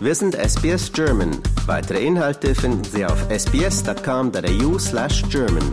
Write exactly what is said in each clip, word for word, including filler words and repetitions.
Wir sind S B S German. Weitere Inhalte finden Sie auf sbs.com.au slash German.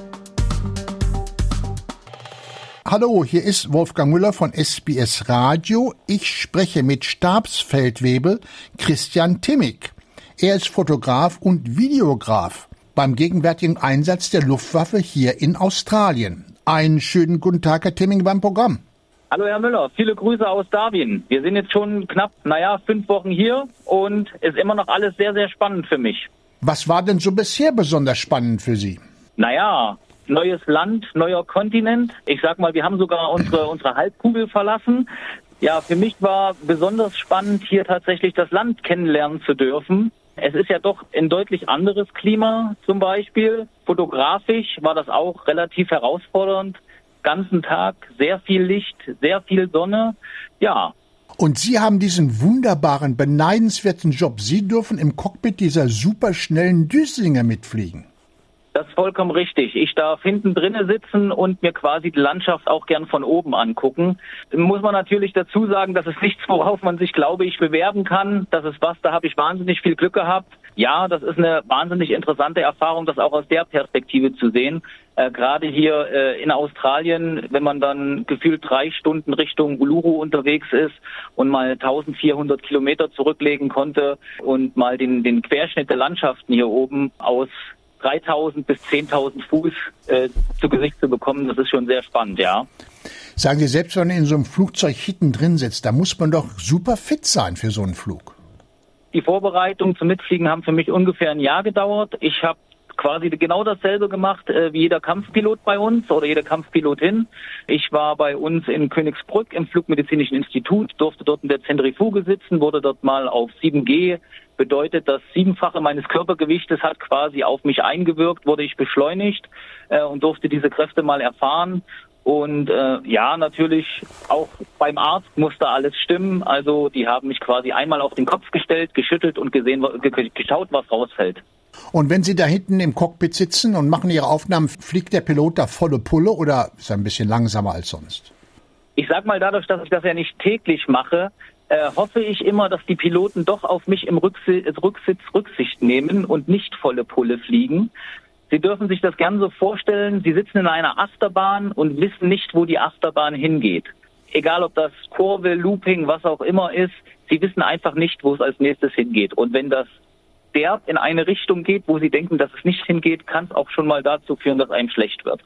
Hallo, hier ist Wolfgang Müller von S B S Radio. Ich spreche mit Stabsfeldwebel Christian Timmick. Er ist Fotograf und Videograf beim gegenwärtigen Einsatz der Luftwaffe hier in Australien. Einen schönen guten Tag, Herr Timmick, beim Programm. Hallo Herr Müller, viele Grüße aus Darwin. Wir sind jetzt schon knapp, naja, fünf Wochen hier und ist immer noch alles sehr, sehr spannend für mich. Was war denn so bisher besonders spannend für Sie? Naja, neues Land, neuer Kontinent. Ich sag mal, wir haben sogar unsere, unsere Halbkugel verlassen. Ja, für mich war besonders spannend, hier tatsächlich das Land kennenlernen zu dürfen. Es ist ja doch ein deutlich anderes Klima zum Beispiel. Fotografisch war das auch relativ herausfordernd. Ganzen Tag sehr viel Licht, sehr viel Sonne, ja. Und Sie haben diesen wunderbaren, beneidenswerten Job. Sie dürfen im Cockpit dieser superschnellen Düsseldorfer mitfliegen. Das ist vollkommen richtig. Ich darf hinten drinnen sitzen und mir quasi die Landschaft auch gern von oben angucken. Muss man natürlich dazu sagen, das ist nichts, worauf man sich, glaube ich, bewerben kann. Das ist was, da habe ich wahnsinnig viel Glück gehabt. Ja, das ist eine wahnsinnig interessante Erfahrung, das auch aus der Perspektive zu sehen. Äh, gerade hier äh, in Australien, wenn man dann gefühlt drei Stunden Richtung Uluru unterwegs ist und mal eintausendvierhundert Kilometer zurücklegen konnte und mal den, den Querschnitt der Landschaften hier oben aus dreitausend bis zehntausend Fuß äh, zu Gesicht zu bekommen, das ist schon sehr spannend, ja. Sagen Sie, selbst wenn man in so einem Flugzeug hinten drin sitzt, da muss man doch super fit sein für so einen Flug. Die Vorbereitungen zum Mitfliegen haben für mich ungefähr ein Jahr gedauert. Ich habe quasi genau dasselbe gemacht äh, wie jeder Kampfpilot bei uns oder jede Kampfpilotin. Ich war bei uns in Königsbrück im Flugmedizinischen Institut, durfte dort in der Zentrifuge sitzen, wurde dort mal auf sieben G, bedeutet, das Siebenfache meines Körpergewichtes hat quasi auf mich eingewirkt, wurde ich beschleunigt äh, und durfte diese Kräfte mal erfahren. Und äh, ja, natürlich auch beim Arzt musste alles stimmen. Also die haben mich quasi einmal auf den Kopf gestellt, geschüttelt und gesehen, ge- geschaut, was rausfällt. Und wenn Sie da hinten im Cockpit sitzen und machen Ihre Aufnahmen, fliegt der Pilot da volle Pulle oder ist er ein bisschen langsamer als sonst? Ich sag mal, dadurch, dass ich das ja nicht täglich mache, äh, hoffe ich immer, dass die Piloten doch auf mich im Rücksi- Rücksitz Rücksicht nehmen und nicht volle Pulle fliegen. Sie dürfen sich das gern so vorstellen, Sie sitzen in einer Achterbahn und wissen nicht, wo die Achterbahn hingeht. Egal ob das Kurve, Looping, was auch immer ist, Sie wissen einfach nicht, wo es als nächstes hingeht. Und wenn das derb in eine Richtung geht, wo Sie denken, dass es nicht hingeht, kann es auch schon mal dazu führen, dass einem schlecht wird.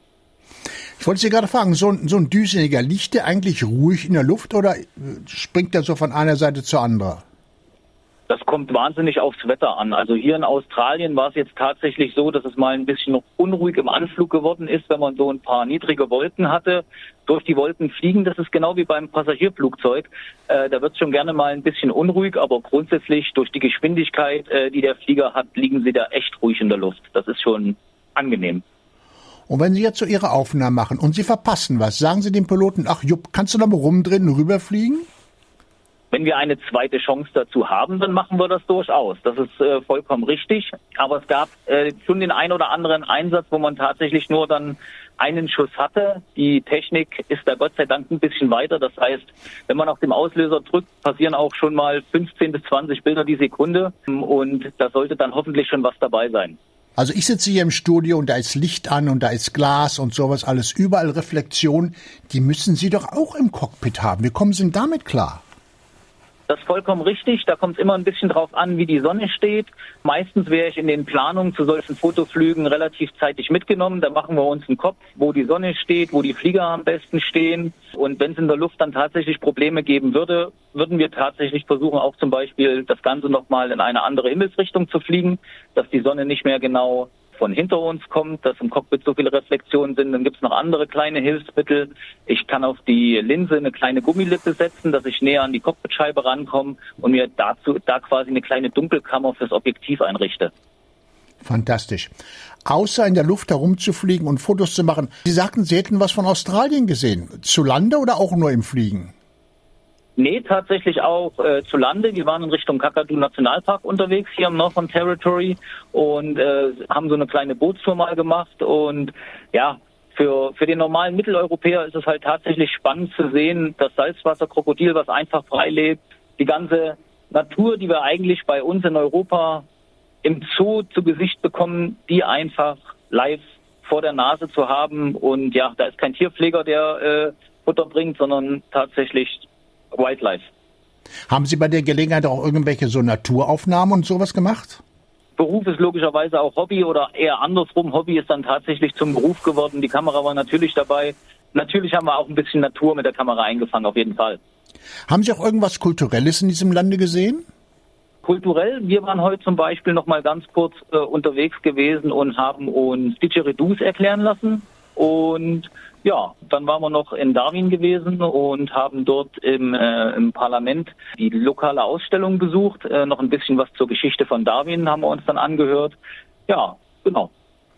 Ich wollte Sie gerade fragen, so ein, so ein Düseliger, liegt der eigentlich ruhig in der Luft oder springt er so von einer Seite zur anderen? Das kommt wahnsinnig aufs Wetter an. Also hier in Australien war es jetzt tatsächlich so, dass es mal ein bisschen noch unruhig im Anflug geworden ist, wenn man so ein paar niedrige Wolken hatte. Durch die Wolken fliegen, das ist genau wie beim Passagierflugzeug. Äh, da wird es schon gerne mal ein bisschen unruhig, aber grundsätzlich durch die Geschwindigkeit, äh, die der Flieger hat, liegen sie da echt ruhig in der Luft. Das ist schon angenehm. Und wenn Sie jetzt so Ihre Aufnahmen machen und Sie verpassen was, sagen Sie dem Piloten, ach Jupp, kannst du da mal rumdrehen und rüberfliegen? Wenn wir eine zweite Chance dazu haben, dann machen wir das durchaus. Das ist äh, vollkommen richtig. Aber es gab äh, schon den ein oder anderen Einsatz, wo man tatsächlich nur dann einen Schuss hatte. Die Technik ist da Gott sei Dank ein bisschen weiter. Das heißt, wenn man auf dem Auslöser drückt, passieren auch schon mal fünfzehn bis zwanzig Bilder die Sekunde. Und da sollte dann hoffentlich schon was dabei sein. Also ich sitze hier im Studio und da ist Licht an und da ist Glas und sowas alles. Überall Reflexion. Die müssen Sie doch auch im Cockpit haben. Wie kommen Sie denn damit klar? Das ist vollkommen richtig. Da kommt es immer ein bisschen drauf an, wie die Sonne steht. Meistens wäre ich in den Planungen zu solchen Fotoflügen relativ zeitig mitgenommen. Da machen wir uns einen Kopf, wo die Sonne steht, wo die Flieger am besten stehen. Und wenn es in der Luft dann tatsächlich Probleme geben würde, würden wir tatsächlich versuchen, auch zum Beispiel das Ganze nochmal in eine andere Himmelsrichtung zu fliegen, dass die Sonne nicht mehr genau von hinter uns kommt, dass im Cockpit so viele Reflexionen sind. Dann gibt es noch andere kleine Hilfsmittel. Ich kann auf die Linse eine kleine Gummilippe setzen, dass ich näher an die Cockpitscheibe rankomme und mir dazu da quasi eine kleine Dunkelkammer fürs Objektiv einrichte. Fantastisch. Außer in der Luft herumzufliegen und Fotos zu machen. Sie sagten, Sie hätten was von Australien gesehen. Zu Lande oder auch nur im Fliegen? Nee, tatsächlich auch äh, zu Lande. Wir waren in Richtung Kakadu-Nationalpark unterwegs, hier im Northern Territory und äh, haben so eine kleine Bootstour mal gemacht. Und ja, für für den normalen Mitteleuropäer ist es halt tatsächlich spannend zu sehen, das Salzwasserkrokodil, was einfach frei lebt, die ganze Natur, die wir eigentlich bei uns in Europa im Zoo zu Gesicht bekommen, die einfach live vor der Nase zu haben. Und ja, da ist kein Tierpfleger, der äh, Futter bringt, sondern tatsächlich Wildlife. Haben Sie bei der Gelegenheit auch irgendwelche so Naturaufnahmen und sowas gemacht? Beruf ist logischerweise auch Hobby oder eher andersrum. Hobby ist dann tatsächlich zum Beruf geworden. Die Kamera war natürlich dabei. Natürlich haben wir auch ein bisschen Natur mit der Kamera eingefangen, auf jeden Fall. Haben Sie auch irgendwas Kulturelles in diesem Lande gesehen? Kulturell, wir waren heute zum Beispiel noch mal ganz kurz äh, unterwegs gewesen und haben uns Didgeridoos erklären lassen. Und ja, dann waren wir noch in Darwin gewesen und haben dort im, äh, im Parlament die lokale Ausstellung besucht. Äh, noch ein bisschen was zur Geschichte von Darwin haben wir uns dann angehört. Ja, genau.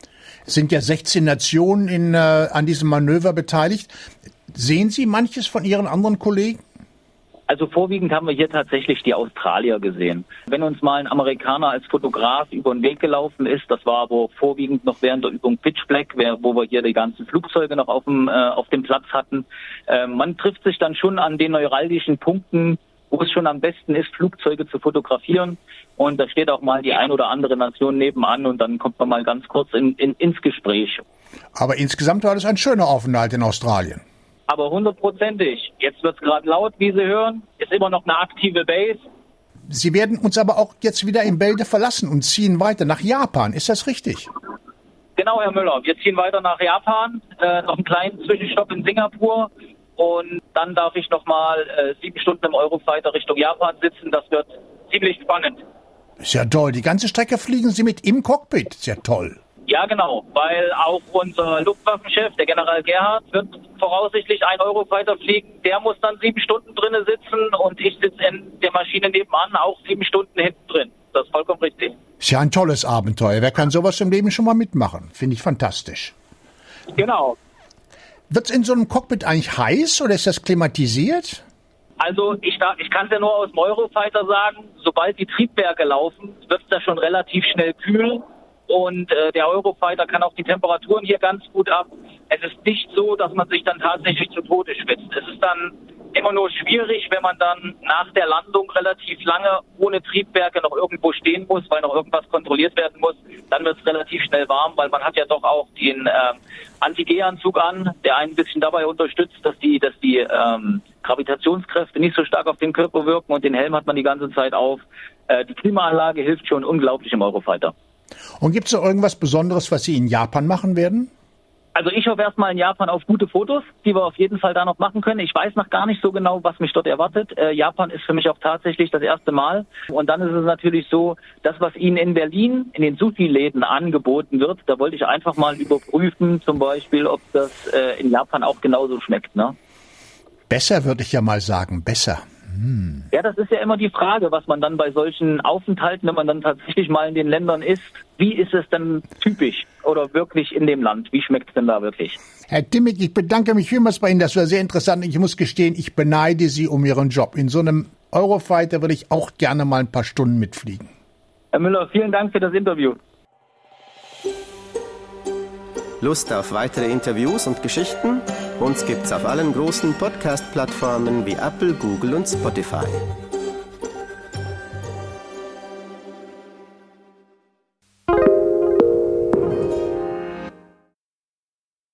Es sind ja sechzehn Nationen in, äh, an diesem Manöver beteiligt. Sehen Sie manches von Ihren anderen Kollegen? Also vorwiegend haben wir hier tatsächlich die Australier gesehen. Wenn uns mal ein Amerikaner als Fotograf über den Weg gelaufen ist, das war aber vorwiegend noch während der Übung Pitch Black, wo wir hier die ganzen Flugzeuge noch auf dem, äh, auf dem Platz hatten. Äh, man trifft sich dann schon an den neuralgischen Punkten, wo es schon am besten ist, Flugzeuge zu fotografieren. Und da steht auch mal die ein oder andere Nation nebenan und dann kommt man mal ganz kurz in, in, ins Gespräch. Aber insgesamt war das ein schöner Aufenthalt in Australien. Aber hundertprozentig. Jetzt wird es gerade laut, wie Sie hören. Ist immer noch eine aktive Base. Sie werden uns aber auch jetzt wieder in Bälde verlassen und ziehen weiter nach Japan. Ist das richtig? Genau, Herr Müller. Wir ziehen weiter nach Japan. Äh, noch einen kleinen Zwischenstopp in Singapur. Und dann darf ich noch mal äh, sieben Stunden im Eurofighter Richtung Japan sitzen. Das wird ziemlich spannend. Ist ja toll. Die ganze Strecke fliegen Sie mit im Cockpit. Ist ja toll. Ja, genau, weil auch unser Luftwaffenchef, der General Gerhard, wird voraussichtlich ein Eurofighter fliegen. Der muss dann sieben Stunden drinnen sitzen und ich sitze in der Maschine nebenan auch sieben Stunden hinten drin. Das ist vollkommen richtig. Ist ja ein tolles Abenteuer. Wer kann sowas im Leben schon mal mitmachen? Finde ich fantastisch. Genau. Wird es in so einem Cockpit eigentlich heiß oder ist das klimatisiert? Also ich, ich kann es ja nur aus dem Eurofighter sagen, sobald die Triebwerke laufen, wird es da schon relativ schnell kühl. Und äh, der Eurofighter kann auch die Temperaturen hier ganz gut ab. Es ist nicht so, dass man sich dann tatsächlich zu Tode schwitzt. Es ist dann immer nur schwierig, wenn man dann nach der Landung relativ lange ohne Triebwerke noch irgendwo stehen muss, weil noch irgendwas kontrolliert werden muss. Dann wird es relativ schnell warm, weil man hat ja doch auch den äh, Anti-G-Anzug an, der einen ein bisschen dabei unterstützt, dass die, dass die ähm, Gravitationskräfte nicht so stark auf den Körper wirken und den Helm hat man die ganze Zeit auf. Äh, die Klimaanlage hilft schon unglaublich im Eurofighter. Und gibt es noch irgendwas Besonderes, was Sie in Japan machen werden? Also ich hoffe erstmal in Japan auf gute Fotos, die wir auf jeden Fall da noch machen können. Ich weiß noch gar nicht so genau, was mich dort erwartet. Äh, Japan ist für mich auch tatsächlich das erste Mal. Und dann ist es natürlich so, das, was Ihnen in Berlin in den Sushi-Läden angeboten wird, da wollte ich einfach mal überprüfen, zum Beispiel, ob das äh, in Japan auch genauso schmeckt, ne? Besser würde ich ja mal sagen, besser. Hm. Ja, das ist ja immer die Frage, was man dann bei solchen Aufenthalten, wenn man dann tatsächlich mal in den Ländern ist, wie ist es denn typisch oder wirklich in dem Land? Wie schmeckt es denn da wirklich? Herr Timmick, ich bedanke mich vielmals bei Ihnen. Das war sehr interessant. Ich muss gestehen, ich beneide Sie um Ihren Job. In so einem Eurofighter würde ich auch gerne mal ein paar Stunden mitfliegen. Herr Müller, vielen Dank für das Interview. Lust auf weitere Interviews und Geschichten? Uns gibt's auf allen großen Podcast-Plattformen wie Apple, Google und Spotify.